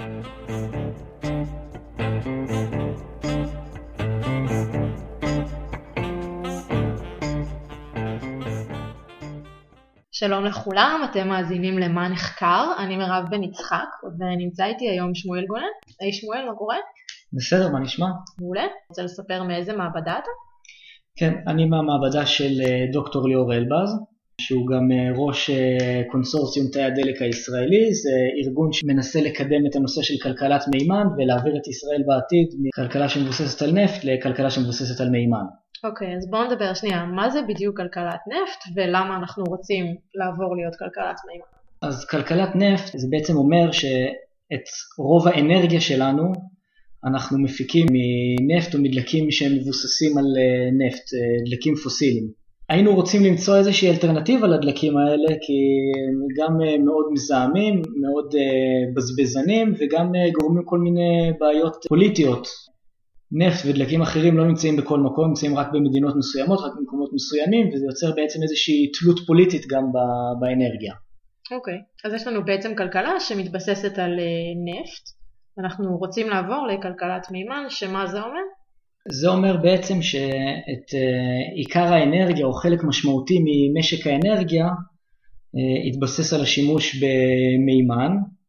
שלום לכולם, אתם מאזינים למה נחקר, אני מירב בן יצחק ונמצא איתי היום שמואל גונן. היי שמואל, מה קורה? בסדר, מה נשמע? מעולה. רוצה לספר מאיזה מעבדה אתה? כן, אני מהמעבדה של דוקטור ליאור אלבז, שהוא גם ראש קונסורציום תאי הדלק הישראלי. זה ארגון שמנסה לקדם את הנושא של כלכלת מימן ולהעביר את ישראל בעתיד מכלכלה שמבוססת על נפט לכלכלה שמבוססת על מימן. אוקיי, אז בואו נדבר שנייה, מה זה בדיוק כלכלת נפט ולמה אנחנו רוצים לעבור להיות כלכלת מימן? אז כלכלת נפט זה בעצם אומר שאת רוב האנרגיה שלנו אנחנו מפיקים מנפט או מדלקים שהם מבוססים על נפט, דלקים פוסיליים. היינו רוצים למצוא איזושהי אלטרנטיבה לדלקים האלה, כי הם גם מאוד מזהמים, מאוד בזבזנים וגם גורמים כל מיני בעיות פוליטיות. נפט ודלקים אחרים לא נמצאים בכל מקום, נמצאים רק במדינות מסוימות, רק במקומות מסוימים, וזה יוצר בעצם איזושהי תלות פוליטית גם באנרגיה. אוקיי, אז יש לנו בעצם כלכלה שמתבססת על נפט, אנחנו רוצים לעבור לכלכלת מימן, שמה זה אומר? זה אומר בעצם שאת עיקר האנרגיה או חלק משמעותי ממשק האנרגיה התבסס על השימוש במימן.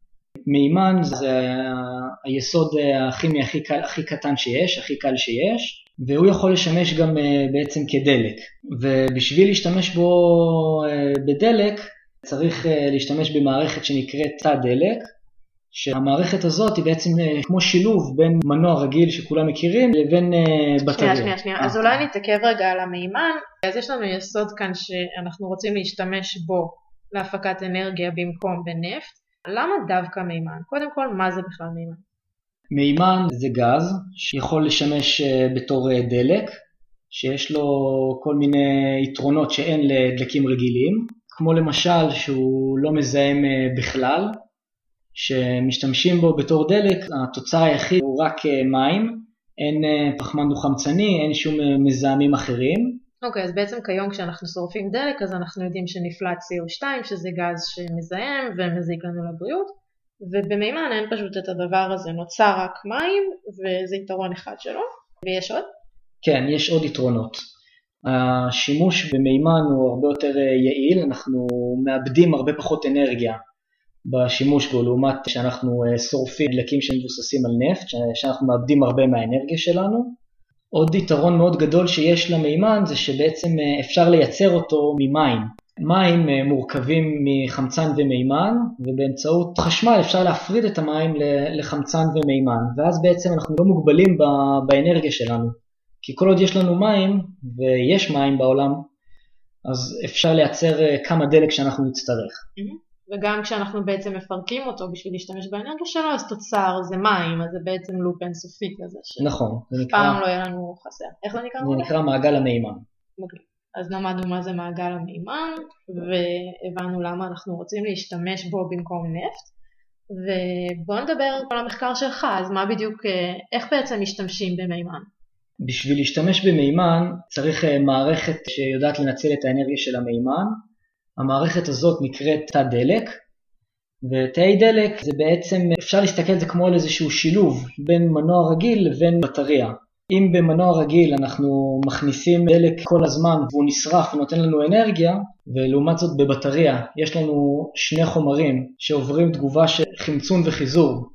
מימן זה היסוד הכימי הכי קטן שיש, הכי קל שיש, והוא יכול לשמש גם בעצם כדלק. ובשביל להשתמש בו בדלק צריך להשתמש במערכת שנקראת תא דלק, שהמערכת הזאת היא בעצם כמו שילוב בין מנוע רגיל שכולם מכירים לבין בטריה. שנייה. אז אולי נתעכב רגע על המימן. אז יש לנו יסוד כאן שאנחנו רוצים להשתמש בו להפקת אנרגיה במקום בנפט. למה דווקא מימן? קודם כל, מה זה בכלל מימן? מימן זה גז שיכול לשמש בתור דלק, שיש לו כל מיני יתרונות שאין לדלקים רגילים, כמו למשל שהוא לא מזהם בכלל, שמשתמשים בו בתור דלק, התוצר היחיד הוא רק מים, אין פחמן דו-חמצני, אין שום מזהמים אחרים. אוקיי, אז בעצם כיום כשאנחנו שורפים דלק, אז אנחנו יודעים שנפלט CO2, שזה גז שמזהם ומזיק לנו לבריאות, ובמימן אין פשוט את הדבר הזה, נוצר רק מים, וזה יתרון אחד שלו. ויש עוד? כן, יש עוד יתרונות. השימוש במימן הוא הרבה יותר יעיל, אנחנו מאבדים הרבה פחות אנרגיה בשימוש בו, לעומת שאנחנו שורפים דלקים שמבוססים על נפט, שאנחנו מאבדים הרבה מהאנרגיה שלנו. עוד יתרון מאוד גדול שיש למימן זה שבעצם אפשר לייצר אותו ממים. מים מורכבים מחמצן ומימן, ובאמצעות חשמל אפשר להפריד את המים לחמצן ומימן, ואז בעצם אנחנו לא מוגבלים באנרגיה שלנו. כי כל עוד יש לנו מים, ויש מים בעולם, אז אפשר לייצר כמה דלק שאנחנו נצטרך. וגם כשאנחנו בעצם מפרקים אותו בשביל להשתמש באנרגיה שלו, אז תוצר זה מים, אז זה בעצם לופ אינסופי כזה. נכון. פעם לא יהיה לנו חסר. איך זה נקרא? זה נקרא מעגל המימן. אז למדנו מה זה מעגל המימן, והבנו למה אנחנו רוצים להשתמש בו במקום נפט. ובוא נדבר על המחקר שלך, אז מה בדיוק, איך בעצם משתמשים במימן? בשביל להשתמש במימן צריך מערכת שיודעת לנצל את האנרגיה של המימן. המערכת הזאת נקראת תא דלק, ותאי דלק זה בעצם, אפשר להסתכל על זה כמו על איזשהו שילוב בין מנוע רגיל לבין בטריה. אם במנוע רגיל אנחנו מכניסים דלק כל הזמן והוא נשרף ונותן לנו אנרגיה, ולעומת זאת בבטריה יש לנו שני חומרים שעוברים תגובה של חמצון וחיזור,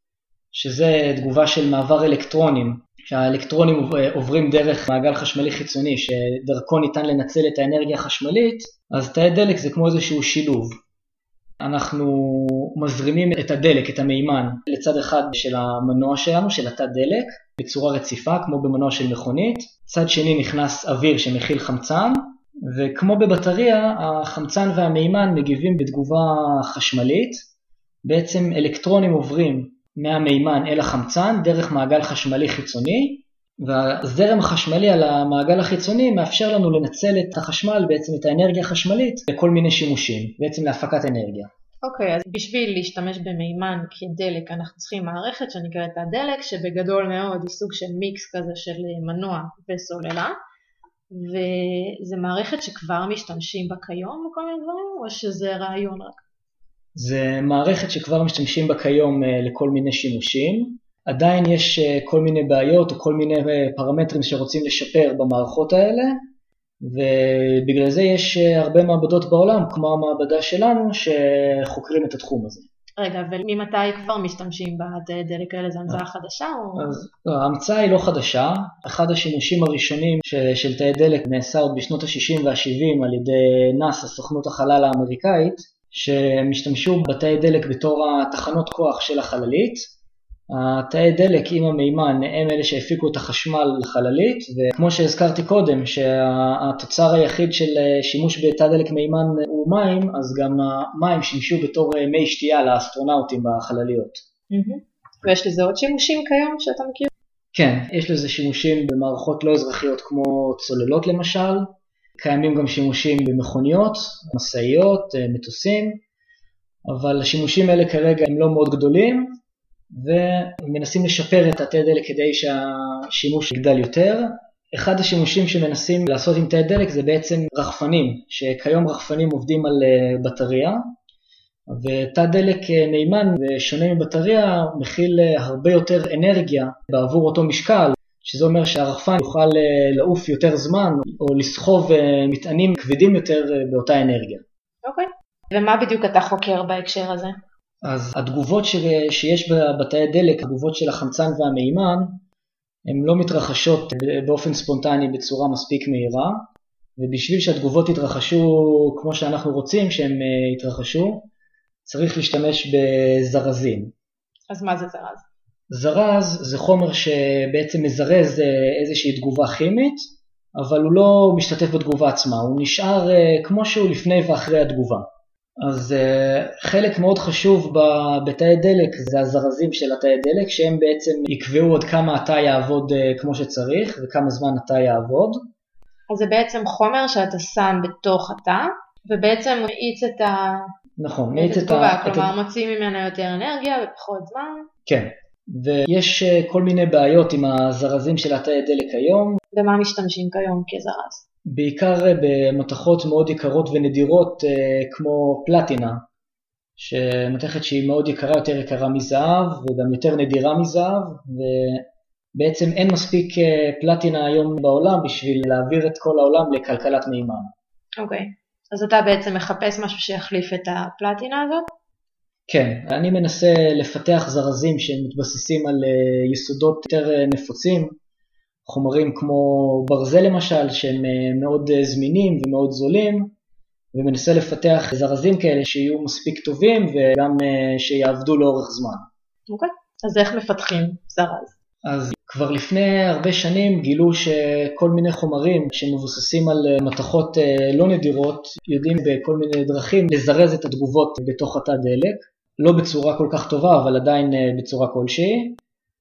שזה תגובה של מעבר אלקטרונים, שהאלקטרונים עוברים דרך מעגל חשמלי חיצוני שדרכו ניתן לנצל את האנרגיה החשמלית, אז תאי דלק זה כמו איזשהו שילוב. אנחנו מזרימים את הדלק, את המימן, לצד אחד של המנוע שלנו, של התא דלק, בצורה רציפה, כמו במנוע של מכונית. צד שני נכנס אוויר שמכיל חמצן, וכמו בבטריה, החמצן והמימן מגיבים בתגובה חשמלית. בעצם אלקטרונים עוברים מהמימן אל החמצן דרך מעגל חשמלי חיצוני, והזרם החשמלי על המעגל החיצוני מאפשר לנו לנצל את החשמל, בעצם את האנרגיה החשמלית, לכל מיני שימושים, בעצם להפקת אנרגיה. אוקיי, אז בשביל להשתמש במימן כדלק, אנחנו צריכים מערכת שנקראת הדלק, שבגדול מאוד היא סוג של מיקס כזה של מנוע וסוללה, וזה מערכת שכבר משתמשים בה כיום בכל מיני דברים, או שזה רעיון רק? זה מערכת שכבר משתמשים בה כיום לכל מיני שימושים. עדיין יש כל מיני בעיות או כל מיני פרמטרים שרוצים לשפר במערכות האלה, ובגלל זה יש הרבה מעבדות בעולם, כמו המעבדה שלנו, שחוקרים את התחום הזה. רגע, וממתי כבר משתמשים בתאי דלק האלה? זו המצאה חדשה? אז ההמצאה היא לא חדשה. אחד השימושים הראשונים של תאי דלק נעשה עוד בשנות ה-60 וה-70 על ידי נאס"א, סוכנות החלל האמריקאית, שמשתמשו בתאי דלק בתור התחנות כוח של החללית. התאי דלק עם המימן הם אלה שהפיקו את החשמל לחללית, וכמו שהזכרתי קודם שהתוצר היחיד של שימוש בתא דלק מימן הוא מים, אז גם המים שימשו בתור מי שתייה לאסטרונאוטים בחלליות. ויש לזה עוד שימושים כיום שאתה מכיר? כן, יש לזה שימושים במערכות לא אזרחיות כמו צוללות למשל, קיימים גם שימושים במכוניות, משאיות, מטוסים, אבל השימושים האלה כרגע הם לא מאוד גדולים, ומנסים לשפר את התאי דלק כדי שהשימוש יגדל יותר. אחד השימושים שמנסים לעשות עם תאי דלק זה בעצם רחפנים, שכיום רחפנים עובדים על בטריה, ותא דלק מימן ושונה מבטריה מכיל הרבה יותר אנרגיה בעבור אותו משקל, שזה אומר שהרחפן יוכל לעוף יותר זמן או לסחוב מטענים כבדים יותר באותה אנרגיה. אוקיי. ומה בדיוק אתה חוקר בהקשר הזה? אז התגובות שיש בתאי דלק, התגובות של החמצן והמימן, הן לא מתרחשות באופן ספונטני בצורה מספיק מהירה, ובשביל שהתגובות יתרחשו כמו שאנחנו רוצים שהן יתרחשו, צריך להשתמש בזרזים. אז מה זה זרז? זרז זה חומר שבעצם מזרז איזושהי תגובה כימית, אבל הוא לא משתתף בתגובה עצמה, הוא נשאר כמו שהוא לפני ואחרי התגובה. אז חלק מאוד חשוב בתאי דלק זה הזרזים של התאי דלק, שהם בעצם יקבעו עד כמה התא יעבוד כמו שצריך וכמה זמן התא יעבוד. אז זה בעצם חומר שאתה שם בתוך התא, ובעצם מאיץ את נכון, מאיץ את התגובה, כלומר מוציא ממנה יותר אנרגיה ופחות זמן. כן, ויש כל מיני בעיות עם הזרזים של התאי דלק היום. במה משתמשים כיום כזרז? בעיקר במתכות מאוד יקרות ונדירות כמו פלטינה, שמתכת שהיא מאוד יקרה, יותר יקרה מזהב וגם יותר נדירה מזהב, ובעצם אין מספיק פלטינה היום בעולם בשביל להעביר את כל העולם לכלכלת מימן. אוקיי, אז אתה בעצם מחפש משהו שיחליף את הפלטינה הזאת? כן, אני מנסה לפתח זרזים שמתבססים על יסודות יותר נפוצים, חומרים כמו ברזל למשל, שהם מאוד זמינים ומאוד זולים, ומנסה לפתח זרזים כאלה שיהיו מספיק טובים וגם שיעבדו לאורך זמן. אוקיי, אז איך מפתחים זרז? אז כבר לפני הרבה שנים גילו שכל מיני חומרים שמבוססים על מתכות לא נדירות, יודעים בכל מיני דרכים לזרז את התגובות בתוך התא דלק, לא בצורה כל כך טובה, אבל עדיין בצורה כלשהי.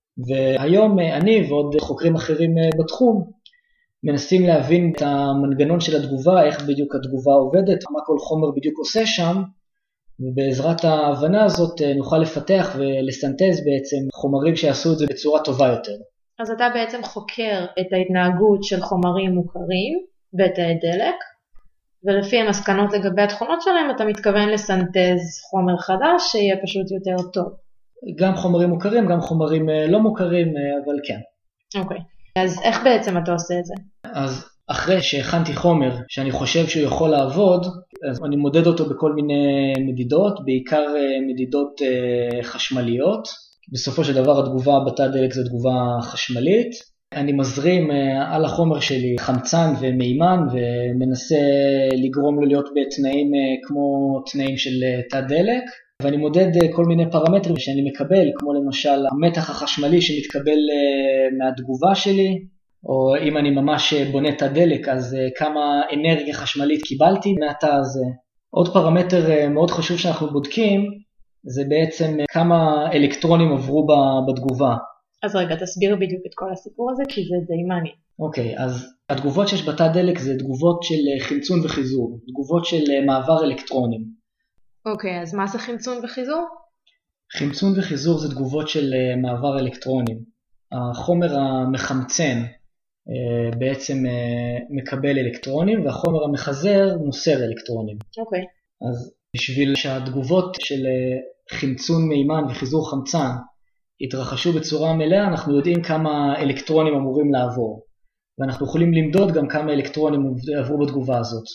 והיום אני ועוד חוקרים אחרים בתחום מנסים להבין את המנגנון של התגובה, איך בדיוק התגובה עובדת, מה כל חומר בדיוק עושה שם, ובעזרת ההבנה הזאת נוכל לפתח ולסנטז בעצם חומרים שיעשו את זה בצורה טובה יותר. אז אתה בעצם חוקר את ההתנהגות של חומרים מוכרים בתאי דלק, ולפי המסקנות לגבי התכונות שלהם אתה מתכוון לסנטז חומר חדש שיהיה פשוט יותר טוב. גם חומרים מוכרים, גם חומרים לא מוכרים, אבל כן. אוקיי, אז איך בעצם אתה עושה את זה? אז אחרי שהכנתי חומר שאני חושב שהוא יכול לעבוד, אז אני מודד אותו בכל מיני מדידות, בעיקר מדידות חשמליות. בסופו של דבר התגובה בתא דלק זו תגובה חשמלית. אני מזרים על החומר שלי חמצן ומימן ומנסה לגרום לו להיות בתנאים כמו תנאים של תא דלק. ואני מודד כל מיני פרמטרים שאני מקבל, כמו למשל המתח החשמלי שמתקבל מהתגובה שלי, או אם אני ממש בונה תא דלק, אז כמה אנרגיה חשמלית קיבלתי מהתא הזה. עוד פרמטר מאוד חשוב שאנחנו בודקים, זה בעצם כמה אלקטרונים עברו בתגובה. אז רגע, תסביר בדיוק את כל הסיפור הזה, כי זה די מעניין. אוקיי, אז התגובות שיש בתא דלק זה תגובות של חמצון וחיזור, תגובות של מעבר אלקטרונים. אוקיי, אז מה זה חמצון וחיזור? חמצון וחיזור זה תגובות של מעבר אלקטרונים. החומר המחמצן בעצם מקבל אלקטרונים, והחומר המחזר מוסר אלקטרונים. אוקיי. אז בשביל שהתגובות של חמצון מימן וחיזור חמצן יתרחשו בצורה מלאה, אנחנו יודעים כמה אלקטרונים אמורים לעבור. ואנחנו יכולים למדוד גם כמה אלקטרונים עברו בתגובה הזאת.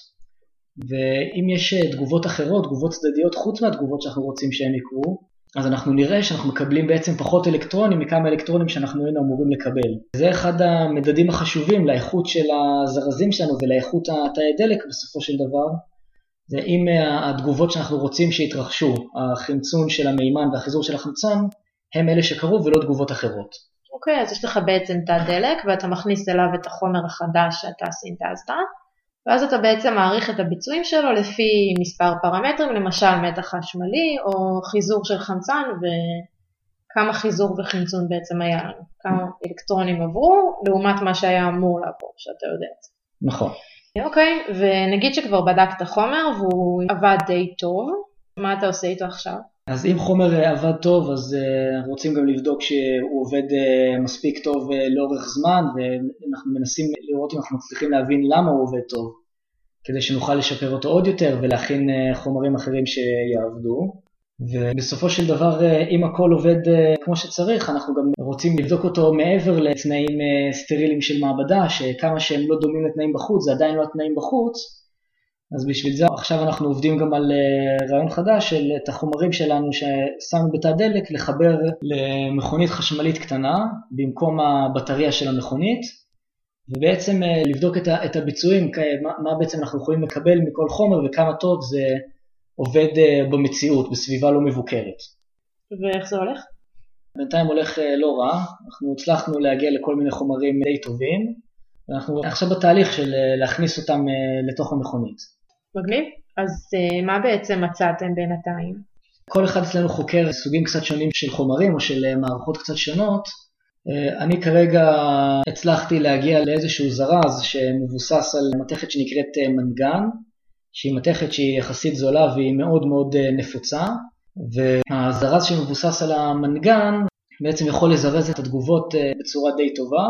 ואם יש תגובות אחרות, תגובות צדדיות חוץ מהתגובות שאנחנו רוצים שהם יקרו, אז אנחנו נראה שאנחנו מקבלים בעצם פחות אלקטרונים מכמה אלקטרונים שאנחנו היינו אמורים לקבל. זה אחד המדדים החשובים לאיכות של הזרזים שלנו ולאיכות תאי דלק בסופו של דבר. זה אם התגובות שאנחנו רוצים שיתרחשו, החמצון של המימן והחיזור של החמצן, הם אלה שקרו ולא תגובות אחרות. אוקיי, אז יש לך בעצם תא דלק ואתה מכניס אליו את החומר החדש שאתה סינתזת, ואז אתה בעצם מעריך את הביצועים שלו לפי מספר פרמטרים, למשל מתח חשמלי או חיזור של חמצן וכמה חיזור וחמצון בעצם היה לנו, כמה אלקטרונים עברו לעומת מה שהיה אמור לעבור, שאתה יודע את זה. נכון. אוקיי, ונגיד שכבר בדקת חומר והוא עבד די טוב, מה אתה עושה איתו עכשיו? אז אם חומר עבד טוב, אז אנחנו רוצים גם לבדוק שהוא עובד מספיק טוב לאורך זמן, ואנחנו מנסים לראות אם אנחנו מצליחים להבין למה הוא עובד טוב, כדי שנוכל לשפר אותו עוד יותר ולהכין חומרים אחרים שיעבדו. ובסופו של דבר, אם הכל עובד כמו שצריך, אנחנו גם רוצים לבדוק אותו מעבר לתנאים סטרילים של מעבדה, שכמה שהם לא דומים לתנאים בחוץ, זה עדיין לא התנאים בחוץ. אז בשביל זה עכשיו אנחנו עובדים גם על רעיון חדש של את החומרים שלנו ששמנו בתא דלק לחבר למכונית חשמלית קטנה במקום הבטריה של המכונית, ובעצם לבדוק את הביצועים, מה בעצם אנחנו יכולים לקבל מכל חומר וכמה טוב זה עובד במציאות, בסביבה לא מבוקרת. ואיך זה הולך? בינתיים הולך לא רע, אנחנו הצלחנו להגיע לכל מיני חומרים די טובים, ואנחנו עכשיו בתהליך של להכניס אותם לתוך המכונית. מגניב. אז מה בעצם מצאתם בינתיים? כל אחד אצלנו חוקר סוגים קצת שונים של חומרים או של מערכות קצת שונות. אני כרגע הצלחתי להגיע לאיזשהו זרז שמבוסס על מתכת שנקראת מנגן, שהיא מתכת שהיא יחסית זולה והיא מאוד מאוד נפוצה, והזרז שמבוסס על המנגן בעצם יכול לזרז את התגובות בצורה די טובה,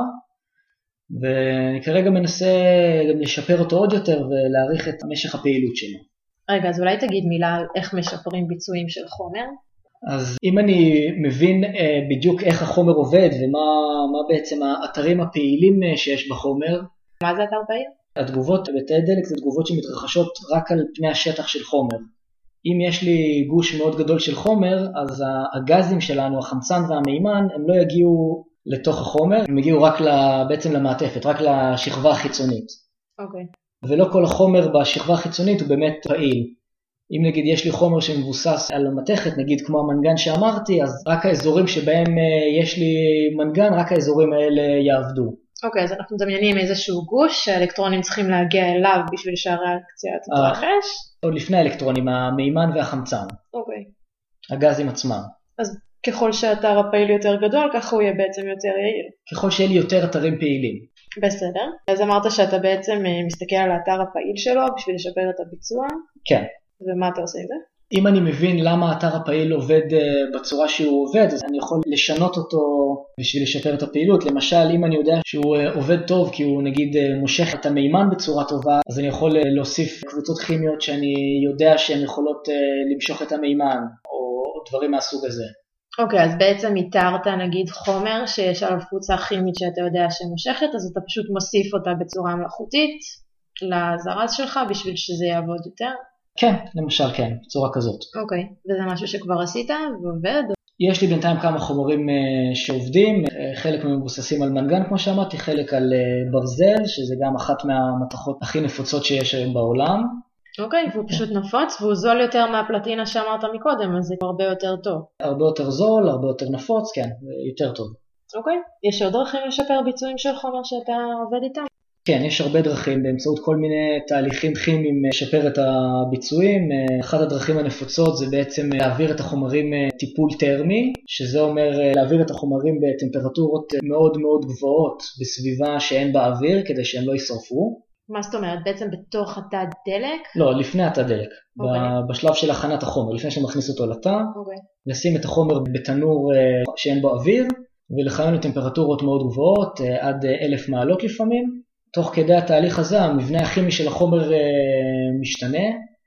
ואני כרגע מנסה גם לשפר אותו עוד יותר ולהאריך את משך הפעילות שלו. רגע, אז אולי תגיד מילה על איך משפרים ביצועים של חומר? אז אם אני מבין בדיוק איך החומר עובד ומה בעצם האתרים הפעילים שיש בחומר. מה זה אתר פעיל? התגובות בתאי דלק זה תגובות שמתרחשות רק על פני השטח של חומר. אם יש לי גוש מאוד גדול של חומר, אז הגזים שלנו, החמצן והמימן, הם לא יגיעו לתוך החומר, הם הגיעו רק בעצם למעטפת, רק לשכבה החיצונית. אוקיי. ולא כל החומר בשכבה החיצונית הוא באמת פעיל. אם נגיד יש לי חומר שמבוסס על המתכת, נגיד כמו המנגן שאמרתי, אז רק האזורים שבהם יש לי מנגן, רק האזורים האלה יעבדו. אוקיי, אז אנחנו מדמיינים איזשהו גוש שהאלקטרונים צריכים להגיע אליו בשביל שהריאקציה תתרחש. עוד לפני האלקטרונים, המימן והחמצן. אוקיי. הגזים עצמם. אז ככל שהאתר הפעיל יותר גדול, ככה הוא יהיה בעצם יותר יעיל. ככל שיהיה לי יותר אתרים פעילים. בסדר. אז אמרת שאתה בעצם מסתכל על האתר הפעיל שלו בשביל לשפר את הביצוע. כן. ומה אתה עושה עם זה? אם אני מבין למה האתר הפעיל עובד בצורה שהוא עובד, אז אני יכול לשנות אותו בשביל לשפר את הפעילות. למשל, אם אני יודע שהוא עובד טוב כי הוא נגיד מושך את המימן בצורה טובה, אז אני יכול להוסיף קבוצות כימיות שאני יודע שהן יכולות למשוך את המימן, או דברים מהסוג הזה. אוקיי, אז בעצם איתרת נגיד חומר שיש עליו קבוצה כימית שאתה יודע שמושכת, אז אתה פשוט מוסיף אותה בצורה מלאכותית לזרז שלך בשביל שזה יעבוד יותר? כן, למשל כן, בצורה כזאת. אוקיי, וזה משהו שכבר עשית ועובד? יש לי בינתיים כמה חומרים שעובדים, חלק מבוססים על מנגן כמו שאמרתי, חלק על ברזל, שזה גם אחת מהמתכות הכי נפוצות שיש היום בעולם. אוקיי, והוא פשוט נפוץ, והוא זול יותר מהפלטינה שאמרת מקודם, אז זה הרבה יותר טוב. הרבה יותר זול, הרבה יותר נפוץ, כן, יותר טוב. אוקיי, יש עוד דרכים לשפר ביצועים של חומר שאתה עובד איתם? כן, יש הרבה דרכים, באמצעות כל מיני תהליכים כימיים לשפר את הביצועים. אחת הדרכים הנפוצות זה בעצם להעביר את החומרים טיפול טרמי, שזה אומר להעביר את החומרים בטמפרטורות מאוד מאוד גבוהות בסביבה שאין בה אוויר, כדי שהם לא יישרפו. מה זאת אומרת? בעצם בתוך התא דלק? לא, לפני התא דלק, בשלב של הכנת החומר, לפני שמכניס אותו לתא, לשים את החומר בתנור שאין בו אוויר, ולכוון לטמפרטורות מאוד גבוהות, עד 1000 מעלות לפעמים. תוך כדי התהליך הזה, המבנה הכימי של החומר משתנה,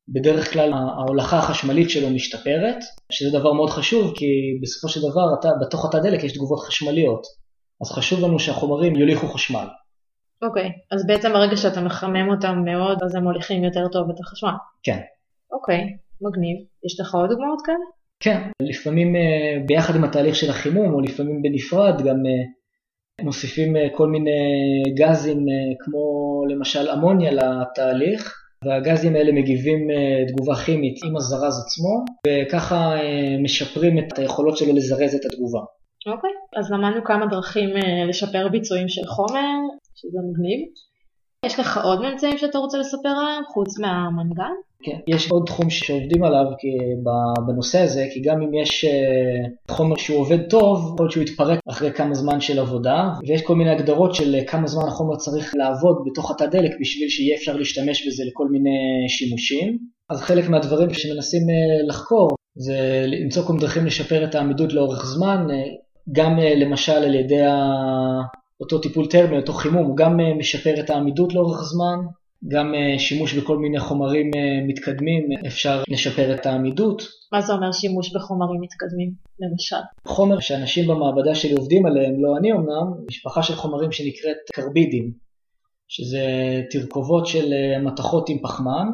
בדרך כלל ההולכה החשמלית שלו משתפרת, שזה דבר מאוד חשוב, כי בסופו של דבר בתוך התא דלק יש תגובות חשמליות, אז חשוב לנו שהחומרים יוליכו חשמל. אוקיי, אז בעצם ברגע שאתה מחמם אותם מאוד, אז הם מוליכים יותר טוב את החשמל. כן. אוקיי, מגניב. יש לך עוד דוגמאות כאלה? כן, לפעמים ביחד עם התהליך של החימום, או לפעמים בנפרד, גם מוסיפים כל מיני גזים, כמו למשל אמוניה לתהליך, והגזים האלה מגיבים תגובה כימית עם הזרז עצמו, וככה משפרים את היכולות שלו לזרז את התגובה. אוקיי, אז למדנו כמה דרכים לשפר ביצועים של חומר, שזה מגניב. יש לך עוד ממצאים שאתה רוצה לספר עליהם, חוץ מהמנגן? כן, יש עוד תחום שעובדים עליו בנושא הזה, כי גם אם יש חומר שהוא עובד טוב, יכול להיות שהוא יתפרק אחרי כמה זמן של עבודה, ויש כל מיני הגדרות של כמה זמן החומר צריך לעבוד בתוך התא דלק, בשביל שיהיה אפשר להשתמש בזה לכל מיני שימושים. אז חלק מהדברים שמנסים לחקור, זה למצוא כל מיני דרכים לשפר את העמידות לאורך זמן, גם למשל על ידי אותו טיפול טרמי, אותו חימום, הוא גם משפר את העמידות לאורך זמן, גם שימוש בכל מיני חומרים מתקדמים אפשר לשפר את העמידות. מה זה אומר שימוש בחומרים מתקדמים, למשל? חומר שאנשים במעבדה שלי עובדים עליהם, לא אני אמנם, משפחה של חומרים שנקראת קרבידים, שזה תרכובות של מתכות עם פחמן,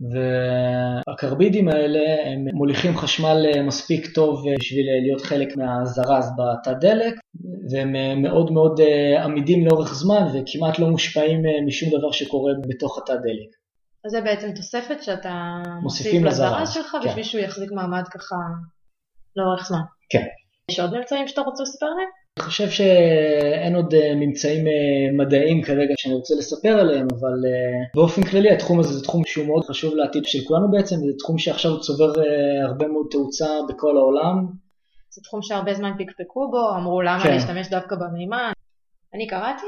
והקרבידים האלה הם מוליכים חשמל מספיק טוב בשביל להיות חלק מהזרז בתא דלק, והם מאוד מאוד עמידים לאורך זמן וכמעט לא מושפעים משום דבר שקורה בתוך התא דלק. אז זה בעצם תוספת שאתה מוסיפים לזרז שלך, כן. בשביל שהוא יחזיק מעמד ככה לאורך זמן. כן. יש עוד ממצאים שאתה רוצה לספר עליהם? אני חושב שאין עוד ממצאים מדעיים כרגע שאני רוצה לספר עליהם, אבל באופן כללי התחום הזה זה תחום שהוא מאוד חשוב לעתיד של כולנו בעצם, זה תחום שעכשיו צובר הרבה מאוד תאוצה בכל העולם. זה תחום שהרבה זמן פקפקו בו, אמרו למה כן. להשתמש דווקא במימן. אני קראתי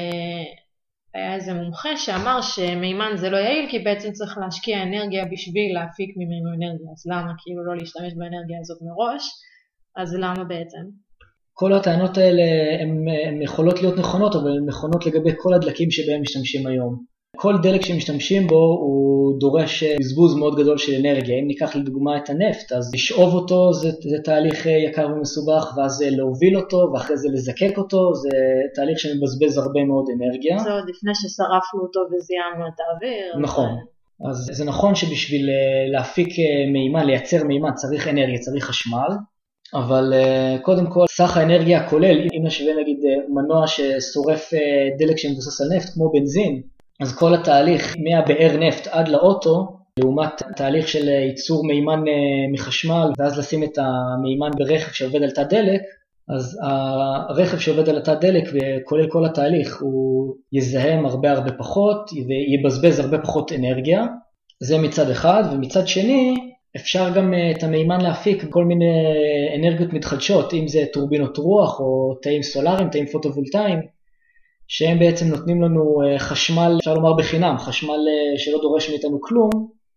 שהיה איזה מומחה שאמר שמימן זה לא יעיל, כי בעצם צריך להשקיע אנרגיה בשביל להפיק ממנו אנרגיה, אז למה כאילו לא להשתמש באנרגיה הזאת מראש? אז למה בעצם? כל הטענות האלה הן יכולות להיות נכונות, אבל הן נכונות לגבי כל הדלקים שבהם משתמשים היום. כל דלק שמשתמשים בו הוא דורש בזבוז מאוד גדול של אנרגיה. אם ניקח לדוגמה את הנפט, אז לשאוב אותו זה תהליך יקר ומסובך, ואז להוביל אותו, ואחרי זה לזקק אותו, זה תהליך שמבזבז הרבה מאוד אנרגיה. זה עוד לפני ששרפנו אותו וזיהמנו את האוויר. נכון. אז זה נכון שבשביל להפיק מימן, לייצר מימן, צריך אנרגיה, צריך חשמל. אבל קודם כל, סך האנרגיה הכולל, אם נשווה נגיד מנוע ששורף דלק שמבוסס על נפט, כמו בנזין, אז כל התהליך מהבאר נפט עד לאוטו, לעומת תהליך של ייצור מימן מחשמל, ואז לשים את המימן ברכב שעובד על תא דלק, אז הרכב שעובד על תא דלק, וכולל כל התהליך, הוא יזהם הרבה פחות, ויבזבז הרבה פחות אנרגיה. זה מצד אחד, ומצד שני, אפשר גם את המימן להפיק כל מיני אנרגיות מתחדשות, אם זה טורבינות רוח או תאים סולאריים, תאים פוטו-וולטאיים, שהם בעצם נותנים לנו חשמל, אפשר לומר בחינם, חשמל שלא דורש מאיתנו כלום,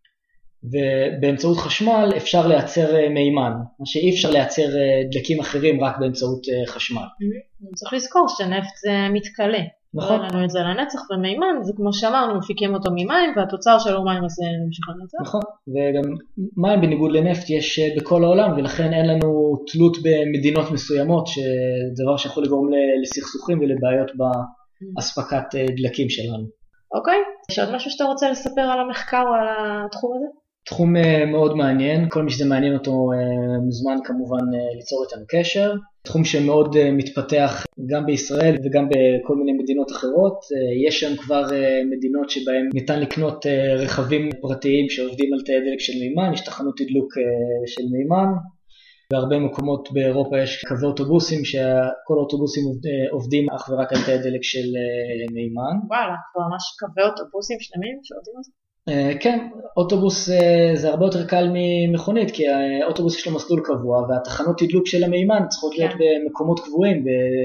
ובאמצעות חשמל אפשר לייצר מימן, מה שאי אפשר לייצר דלקים אחרים רק באמצעות חשמל. צריך לזכור שנפט זה מתכלה. נכון. לנו את זה לנצח, ומימן זה כמו שאמרנו, מפיקים אותו ממים, והתוצר שלו מים הזה נמשיך לנצח. נכון, וגם מים בניגוד לנפט יש בכל העולם, ולכן אין לנו תלות במדינות מסוימות, שדבר שיכול לגרום לסכסוכים ולבעיות באספקת דלקים שלנו. אוקיי, יש עוד משהו שאתה רוצה לספר על המחקר או על התחום הזה? תחום מאוד מעניין, כל מי שזה מעניין אותו מוזמן כמובן ליצור איתנו קשר. תחום שמאוד מתפתח גם בישראל וגם בכל מיני מדינות אחרות. יש שם כבר מדינות שבהן ניתן לקנות רכבים פרטיים שעובדים על תאי דלק של מימן, יש תחנות תדלוק של מימן. בהרבה מקומות באירופה יש קווי אוטובוסים שכל האוטובוסים עובדים אך ורק על תאי דלק של מימן. וואלה, כבר ממש קווי אוטובוסים שלמים שעובדים על זה? כן, אוטובוס זה הרבה יותר קל ממכונית, כי האוטובוס יש לו מסלול קבוע, והתחנות תדלוק של המימן צריכות להיות במקומות קבועים,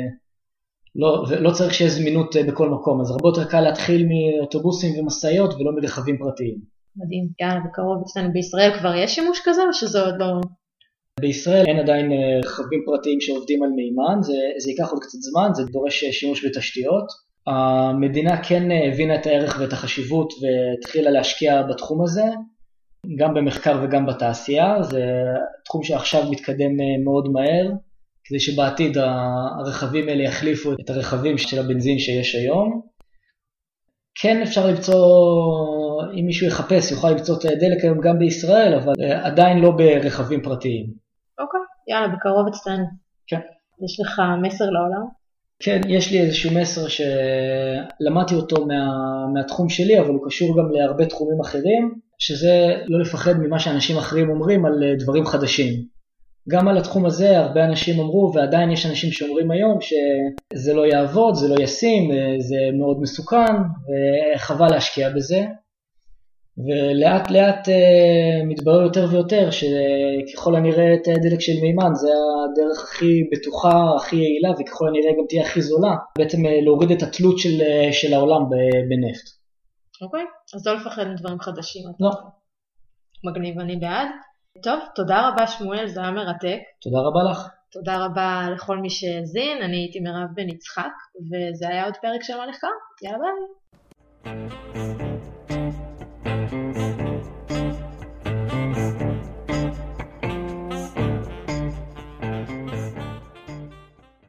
ולא צריך שיהיה זמינות בכל מקום, אז הרבה יותר קל להתחיל מאוטובוסים ומסעיות ולא מרכבים פרטיים. מדהים, יאללה, בקרוב אצלנו בישראל כבר יש שימוש כזה, או שזה עוד לא? בישראל אין עדיין רכבים פרטיים שעובדים על מימן, זה ייקח עוד קצת זמן, זה דורש שימוש בתשתיות. המדינה כן הבינה את הערך ואת החשיבות והתחילה להשקיע בתחום הזה, גם במחקר וגם בתעשייה, זה תחום שעכשיו מתקדם מאוד מהר, כדי שבעתיד הרכבים האלה יחליפו את הרכבים של הבנזין שיש היום. כן אפשר למצוא, אם מישהו יחפש, יוכל למצוא את הדלק היום גם בישראל, אבל עדיין לא ברכבים פרטיים. אוקיי, יאללה, בקרוב אצלנו. כן. יש לך מסר לעולם? כן, יש לי איזשהו מסר שלמדתי אותו מהתחום שלי, אבל הוא קשור גם להרבה תחומים אחרים, שזה לא לפחד ממה שאנשים אחרים אומרים על דברים חדשים. גם על התחום הזה הרבה אנשים אמרו, ועדיין יש אנשים שאומרים היום שזה לא יעבוד, זה לא ישים, זה מאוד מסוכן, וחבל להשקיע בזה. ולאט לאט מתברר יותר ויותר שככל הנראה את דלק של מימן זה הדרך הכי בטוחה, הכי יעילה, וככל הנראה גם תהיה הכי זולה, בעצם להוריד את התלות של העולם בנפט. אוקיי, אז לא לפחד מדברים חדשים. לא. מגניב, אני בעד. טוב, תודה רבה שמואל, זה היה מרתק. תודה רבה לך. תודה רבה לכל מי שהאזין, אני הייתי מירב בן יצחק, וזה היה עוד פרק של מה נחקר. יאללה ביי.